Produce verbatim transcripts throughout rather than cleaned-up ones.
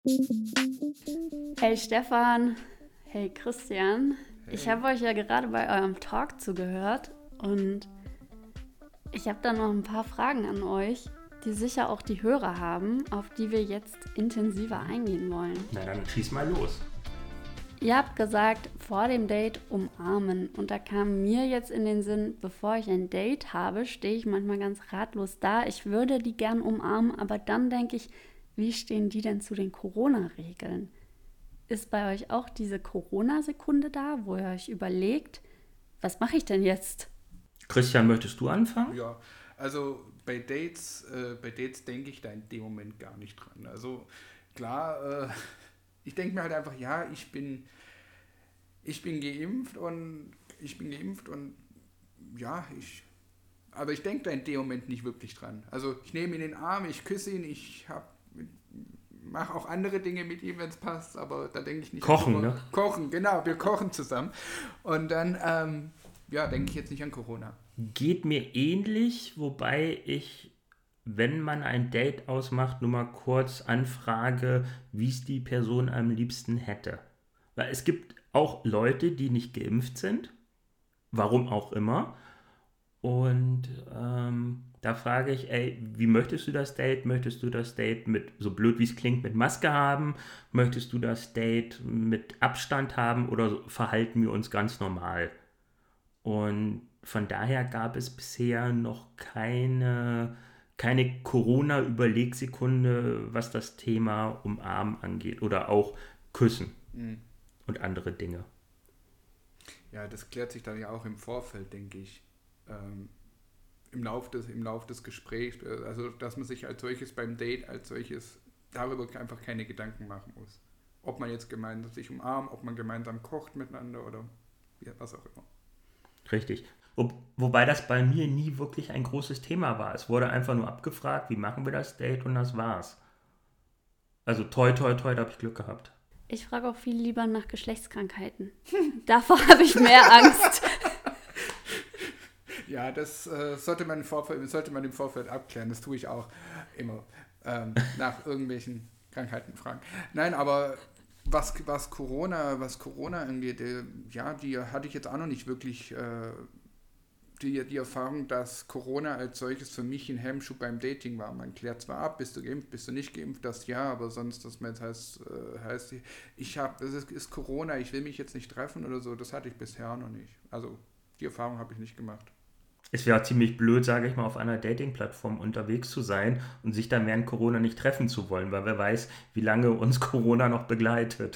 Hey Stefan, hey Christian. Ich Hey. habe euch ja gerade bei eurem Talk zugehört und ich habe da noch ein paar Fragen an euch, die sicher auch die Hörer haben, auf die wir jetzt intensiver eingehen wollen. Na dann schieß mal los. Ihr habt gesagt, vor dem Date umarmen. Und da kam mir jetzt in den Sinn, bevor ich ein Date habe, stehe ich manchmal ganz ratlos da. Ich würde die gern umarmen, aber dann denke ich, wie stehen die denn zu den Corona-Regeln? Ist bei euch auch diese Corona-Sekunde da, wo ihr euch überlegt, was mache ich denn jetzt? Christian, möchtest du anfangen? Ja, also bei Dates, äh, bei Dates denke ich da in dem Moment gar nicht dran. Also klar, äh, ich denke mir halt einfach, ja, ich bin, ich bin geimpft und ich bin geimpft und ja, ich, aber ich denke da in dem Moment nicht wirklich dran. Also ich nehme ihn in den Arm, ich küsse ihn, ich hab, mache auch andere Dinge mit ihm, wenn es passt, aber da denke ich nicht Kochen, an Corona. ne? Kochen, genau, wir kochen zusammen und dann, ähm, ja, denke ich jetzt nicht an Corona. Geht mir ähnlich, wobei ich, wenn man ein Date ausmacht, nur mal kurz anfrage, wie es die Person am liebsten hätte. Weil es gibt auch Leute, die nicht geimpft sind, warum auch immer. Und ähm, da frage ich, ey, wie möchtest du das Date? Möchtest du das Date mit, so blöd wie es klingt, mit Maske haben? Möchtest du das Date mit Abstand haben oder verhalten wir uns ganz normal? Und von daher gab es bisher noch keine, keine Corona-Überlegsekunde, was das Thema Umarmen angeht oder auch Küssen Mhm. und andere Dinge. Ja, das klärt sich dann ja auch im Vorfeld, denke ich. Ähm, im Lauf des, im Lauf des Gesprächs. äh, Also, dass man sich als solches beim Date, als solches darüber einfach keine Gedanken machen muss. Ob man jetzt gemeinsam sich umarmt, ob man gemeinsam kocht miteinander oder ja, was auch immer. Richtig. Wo, wobei das bei mir nie wirklich ein großes Thema war. Es wurde einfach nur abgefragt, wie machen wir das Date und das war's. Also toi toi toi, da habe ich Glück gehabt. Ich frage auch viel lieber nach Geschlechtskrankheiten. Davor habe ich mehr Angst. Ja, das äh, sollte, man im Vorfeld, sollte man im Vorfeld abklären. Das tue ich auch immer. Ähm, nach irgendwelchen Krankheiten fragen. Nein, aber was, was Corona, was Corona angeht, äh, ja, die hatte ich jetzt auch noch nicht wirklich äh, die, die Erfahrung, dass Corona als solches für mich ein Hemmschuh beim Dating war. Man klärt zwar ab, bist du geimpft, bist du nicht geimpft, das ja, aber sonst, dass man jetzt heißt, äh, heißt ich habe, es ist, ist Corona, ich will mich jetzt nicht treffen oder so, das hatte ich bisher noch nicht. Also die Erfahrung habe ich nicht gemacht. Es wäre ziemlich blöd, sage ich mal, auf einer Dating-Plattform unterwegs zu sein und sich dann während Corona nicht treffen zu wollen, weil wer weiß, wie lange uns Corona noch begleitet.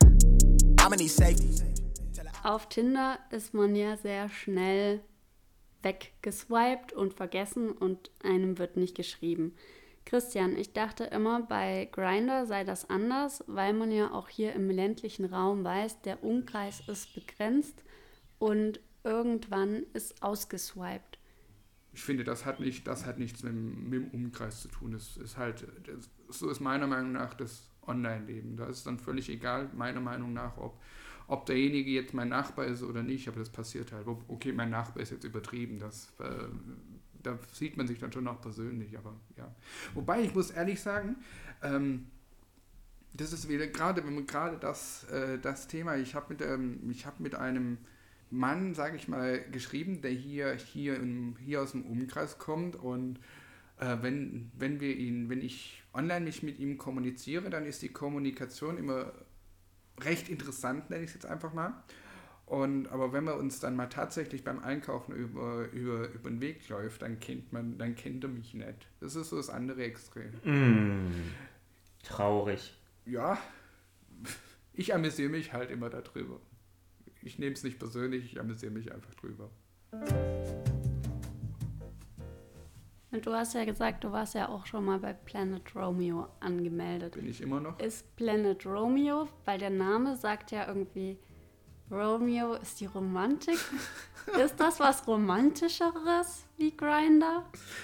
Auf Tinder ist man ja sehr schnell weggeswiped und vergessen und einem wird nicht geschrieben. Christian, ich dachte immer, bei Grindr sei das anders, weil man ja auch hier im ländlichen Raum weiß, der Umkreis ist begrenzt und irgendwann ist ausgeswiped. Ich finde, das hat, nicht, das hat nichts mit, dem- mit dem Umkreis zu tun. Das ist halt, das, so ist meiner Meinung nach das Online-Leben. Da ist es dann völlig egal, meiner Meinung nach, ob, ob derjenige jetzt mein Nachbar ist oder nicht, aber das passiert halt. Okay, mein Nachbar ist jetzt übertrieben, das, äh, da sieht man sich dann schon noch persönlich, aber ja. Wobei, ich muss ehrlich sagen, ähm, das ist wieder gerade, wenn man gerade das, äh, das Thema, ich habe mit, ähm, ich hab mit einem Mann, sage ich mal, geschrieben, der hier, hier, im, hier aus dem Umkreis kommt und äh, wenn, wenn wir ihn, wenn ich online mich mit ihm kommuniziere, dann ist die Kommunikation immer recht interessant, nenne ich es jetzt einfach mal. Und, aber wenn man uns dann mal tatsächlich beim Einkaufen über, über, über den Weg läuft, dann kennt man, dann kennt er mich nicht. Das ist so das andere Extrem. Mm, traurig. Ja, ich amüsiere mich halt immer darüber. Ich nehme es nicht persönlich, ich amüsiere mich einfach drüber. Und du hast ja gesagt, du warst ja auch schon mal bei Planet Romeo angemeldet. Bin ich immer noch? Ist Planet Romeo, weil der Name sagt ja irgendwie, Romeo ist die Romantik. Ist das was Romantischeres wie Grindr?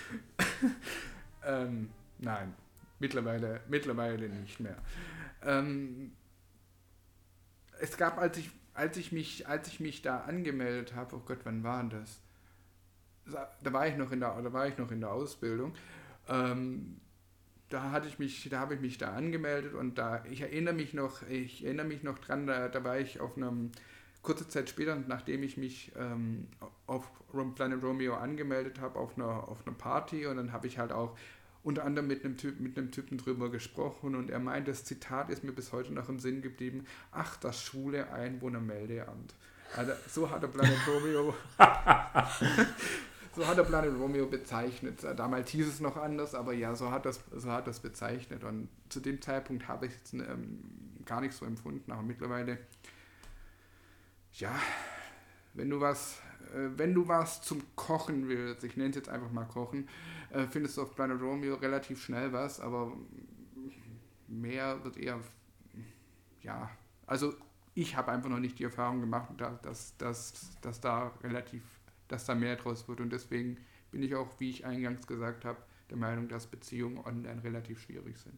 ähm, nein, mittlerweile, mittlerweile nicht mehr. Ähm, es gab, als ich, als ich mich, als ich mich da angemeldet habe, oh Gott, wann war denn das? Da war ich noch in der, da war ich noch in der Ausbildung. Ähm, da hatte ich mich, da habe ich mich da angemeldet und da, ich erinnere mich noch, ich erinnere mich noch dran, da, da war ich auf einem, kurze Zeit später, nachdem ich mich ähm, auf Planet Romeo angemeldet habe, auf einer, auf einer Party, und dann habe ich halt auch unter anderem mit einem, Typ, mit einem Typen drüber gesprochen, und er meint, das Zitat ist mir bis heute noch im Sinn geblieben: Ach, das schwule Einwohnermeldeamt. Also so hat der Planet Romeo so hat der Planet Romeo bezeichnet. Damals hieß es noch anders, aber ja, so hat das, so hat das bezeichnet, und zu dem Zeitpunkt habe ich es ähm, gar nicht so empfunden, aber mittlerweile, ja, wenn du was, äh, wenn du was zum Kochen willst, ich nenne es jetzt einfach mal Kochen, äh, findest du auf Planet Romeo relativ schnell was, aber mehr wird eher, ja, also ich habe einfach noch nicht die Erfahrung gemacht, dass, dass, dass, dass da relativ, dass da mehr draus wird, und deswegen bin ich auch, wie ich eingangs gesagt habe, der Meinung, dass Beziehungen online relativ schwierig sind.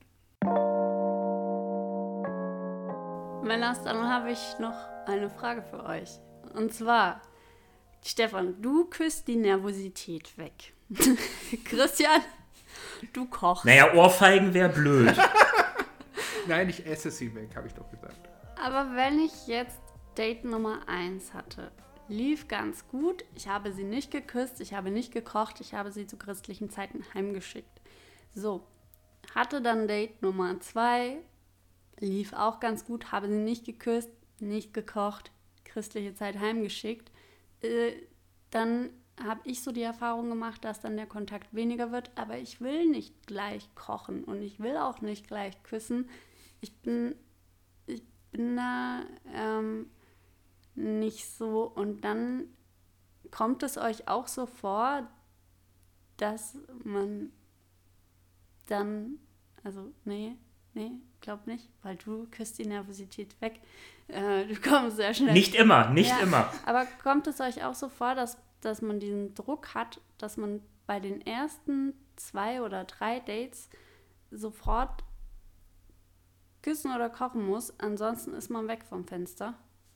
Männers, dann habe ich noch eine Frage für euch. Und zwar, Stefan, du küsst die Nervosität weg. Christian, du kochst. Naja, Ohrfeigen wäre blöd. Nein, ich esse sie weg, habe ich doch gesagt. Aber wenn ich jetzt Date Nummer eins hatte, lief ganz gut, ich habe sie nicht geküsst, ich habe nicht gekocht, ich habe sie zu christlichen Zeiten heimgeschickt. So, hatte dann Date Nummer zwei, lief auch ganz gut, habe sie nicht geküsst, nicht gekocht, christliche Zeit heimgeschickt. Äh, dann habe ich so die Erfahrung gemacht, dass dann der Kontakt weniger wird, aber ich will nicht gleich kochen und ich will auch nicht gleich küssen. Ich bin, ich bin da ähm, nicht so, und dann kommt es euch auch so vor, dass man dann, also nee, nee, glaub nicht, weil du küsst die Nervosität weg. Äh, du kommst sehr schnell. Nicht immer, nicht ja, immer. Aber kommt es euch auch so vor, dass, dass man diesen Druck hat, dass man bei den ersten zwei oder drei Dates sofort küssen oder kochen muss, ansonsten ist man weg vom Fenster?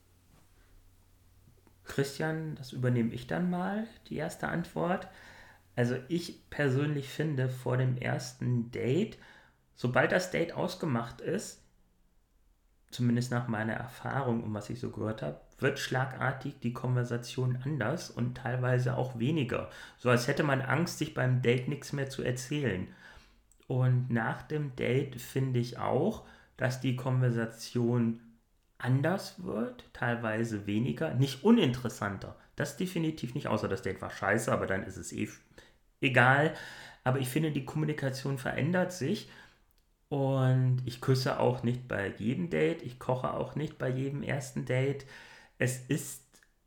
Christian, das übernehme ich dann mal, die erste Antwort. Also ich persönlich finde, vor dem ersten Date, sobald das Date ausgemacht ist, zumindest nach meiner Erfahrung und was ich so gehört habe, wird schlagartig die Konversation anders und teilweise auch weniger. So als hätte man Angst, sich beim Date nichts mehr zu erzählen. Und nach dem Date finde ich auch, dass die Konversation anders wird, teilweise weniger, nicht uninteressanter. Das definitiv nicht, außer das Date war scheiße, aber dann ist es eh egal. Aber ich finde, die Kommunikation verändert sich, und ich küsse auch nicht bei jedem Date, ich koche auch nicht bei jedem ersten Date. Es ist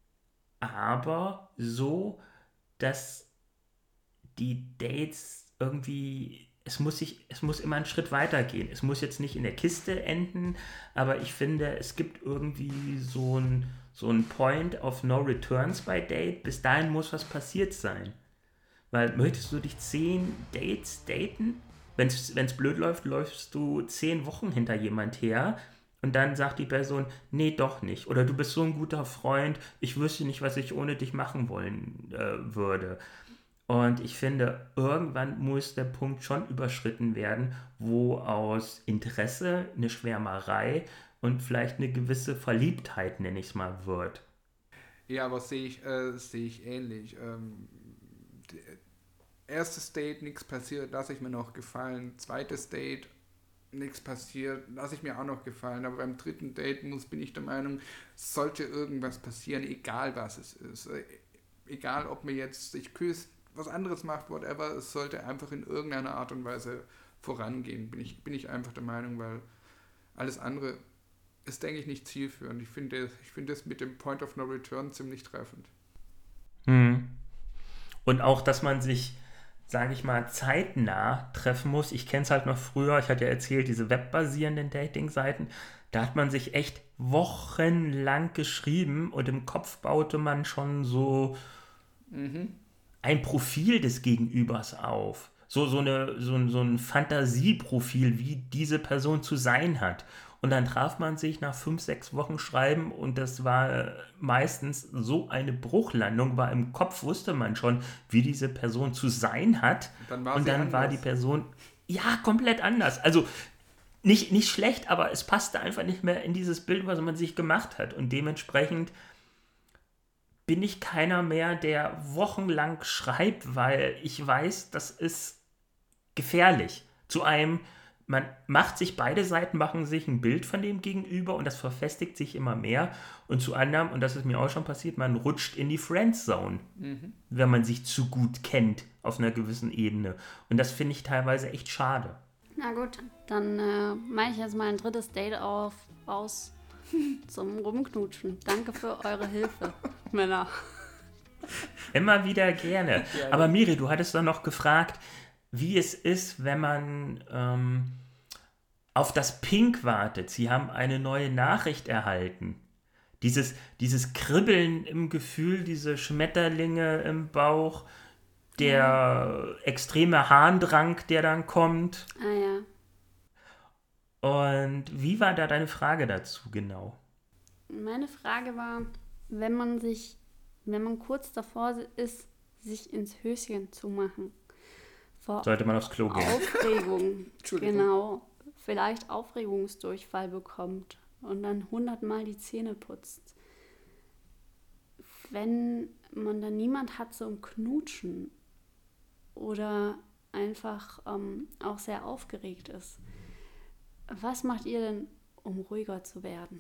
aber so, dass die Dates irgendwie, es muss sich, es muss immer einen Schritt weitergehen. Es muss jetzt nicht in der Kiste enden, aber ich finde, es gibt irgendwie so ein, so ein Point of No Returns bei Date. Bis dahin muss was passiert sein. Weil möchtest du dich zehn Dates daten? Wenn es blöd läuft, läufst du zehn Wochen hinter jemand her und dann sagt die Person, nee, doch nicht. Oder du bist so ein guter Freund, ich wüsste nicht, was ich ohne dich machen wollen äh, würde. Und ich finde, irgendwann muss der Punkt schon überschritten werden, wo aus Interesse eine Schwärmerei und vielleicht eine gewisse Verliebtheit, nenne ich es mal, wird. Ja, aber sehe ich, äh, sehe ich ähnlich. Ähm, erstes Date, nichts passiert, lasse ich mir noch gefallen. Zweites Date, nichts passiert, lasse ich mir auch noch gefallen. Aber beim dritten Date muss, bin ich der Meinung, sollte irgendwas passieren, egal was es ist. Egal, ob mir jetzt sich küsst, was anderes macht, whatever, es sollte einfach in irgendeiner Art und Weise vorangehen, bin ich, bin ich einfach der Meinung, weil alles andere ist, denke ich, nicht zielführend. Ich finde ich finde es mit dem Point of No Return ziemlich treffend. Hm. Und auch, dass man sich, sage ich mal, zeitnah treffen muss. Ich kenne es halt noch früher, ich hatte ja erzählt, diese webbasierenden Dating-Seiten, da hat man sich echt wochenlang geschrieben und im Kopf baute man schon so mhm. ein Profil des Gegenübers auf. So, so, eine, so, so ein Fantasieprofil, wie diese Person zu sein hat. Und dann traf man sich nach fünf, sechs Wochen Schreiben und das war meistens so eine Bruchlandung, weil im Kopf wusste man schon, wie diese Person zu sein hat. Dann war und dann anders. war die Person ja, komplett anders. Also nicht, nicht schlecht, aber es passte einfach nicht mehr in dieses Bild, was man sich gemacht hat. Und dementsprechend bin ich keiner mehr, der wochenlang schreibt, weil ich weiß, das ist gefährlich. Zu einem, man macht sich, beide Seiten machen sich ein Bild von dem Gegenüber und das verfestigt sich immer mehr. Und zu anderem, und das ist mir auch schon passiert, man rutscht in die Friendzone, mhm. wenn man sich zu gut kennt auf einer gewissen Ebene. Und das finde ich teilweise echt schade. Na gut, dann äh, mache ich jetzt mal ein drittes Date auf, aus zum Rumknutschen. Danke für eure Hilfe, Männer. Immer wieder gerne. Aber Miri, du hattest doch noch gefragt, wie es ist, wenn man ähm, auf das Pink wartet. Sie haben eine neue Nachricht erhalten. Dieses, dieses Kribbeln im Gefühl, diese Schmetterlinge im Bauch, der ja. extreme Harndrang, der dann kommt. Ah ja. Und wie war da deine Frage dazu genau? Meine Frage war, wenn man sich, wenn man kurz davor ist, sich ins Höschen zu machen. Vor Sollte man aufs Klo gehen. Aufregung, genau. Vielleicht Aufregungsdurchfall bekommt und dann hundertmal die Zähne putzt. Wenn man dann niemand hat zum Knutschen oder einfach ähm, auch sehr aufgeregt ist, was macht ihr denn, um ruhiger zu werden?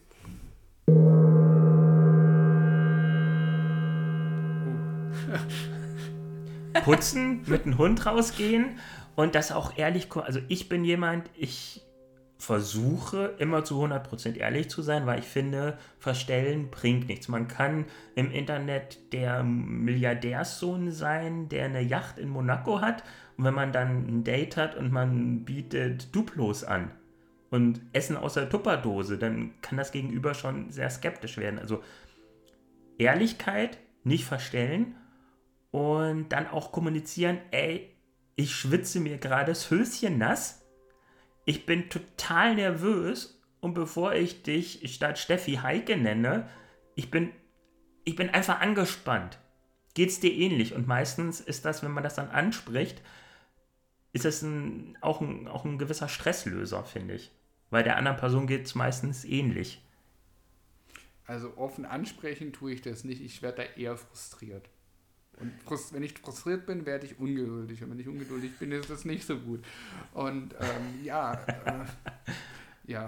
Putzen, mit dem Hund rausgehen und das auch ehrlich, also ich bin jemand, ich versuche immer zu hundert Prozent ehrlich zu sein, weil ich finde, verstellen bringt nichts. Man kann im Internet der Milliardärssohn sein, der eine Yacht in Monaco hat und wenn man dann ein Date hat und man bietet Duplos an und Essen aus der Tupperdose, dann kann das Gegenüber schon sehr skeptisch werden. Also Ehrlichkeit, nicht verstellen und dann auch kommunizieren, ey, ich schwitze mir gerade das Höschen nass, ich bin total nervös und bevor ich dich statt Steffi Heike nenne, ich bin, ich bin einfach angespannt. Geht's dir ähnlich? Und meistens ist das, wenn man das dann anspricht, ist es ein, auch, ein, auch ein gewisser Stresslöser, finde ich. Weil der anderen Person geht es meistens ähnlich. Also offen ansprechen tue ich das nicht, ich werde da eher frustriert. Und frust- wenn ich frustriert bin, werde ich ungeduldig. Und wenn ich ungeduldig bin, ist das nicht so gut. Und ähm, ja, äh, ja,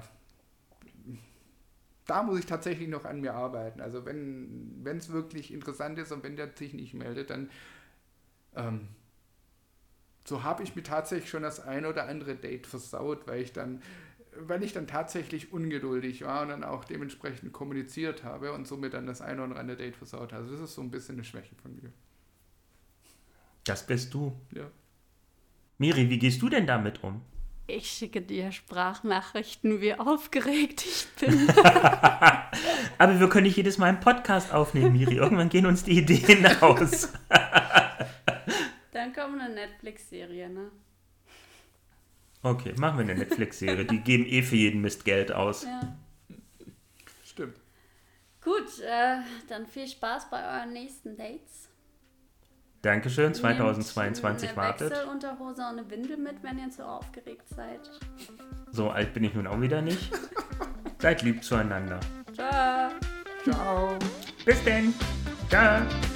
da muss ich tatsächlich noch an mir arbeiten. Also wenn es wirklich interessant ist und wenn der sich nicht meldet, dann ähm, so habe ich mir tatsächlich schon das ein oder andere Date versaut, weil ich dann weil ich dann tatsächlich ungeduldig war und dann auch dementsprechend kommuniziert habe und somit dann das ein oder andere Date versaut habe. Also das ist so ein bisschen eine Schwäche von mir. Das bist du. Ja. Miri, wie gehst du denn damit um? Ich schicke dir Sprachnachrichten, wie aufgeregt ich bin. Aber wir können nicht jedes Mal einen Podcast aufnehmen, Miri. Irgendwann gehen uns die Ideen aus. Dann kommt eine Netflix-Serie, ne? Okay, machen wir eine Netflix-Serie. Die geben eh für jeden Mist Geld aus. Ja. Stimmt. Gut, äh, dann viel Spaß bei euren nächsten Dates. Dankeschön, zweitausendzweiundzwanzig Nehmt wartet. eine Wechselunterhose und eine Windel mit, wenn ihr zu aufgeregt seid. So alt bin ich nun auch wieder nicht. Seid lieb zueinander. Ciao. Ciao. Bis denn. Ciao.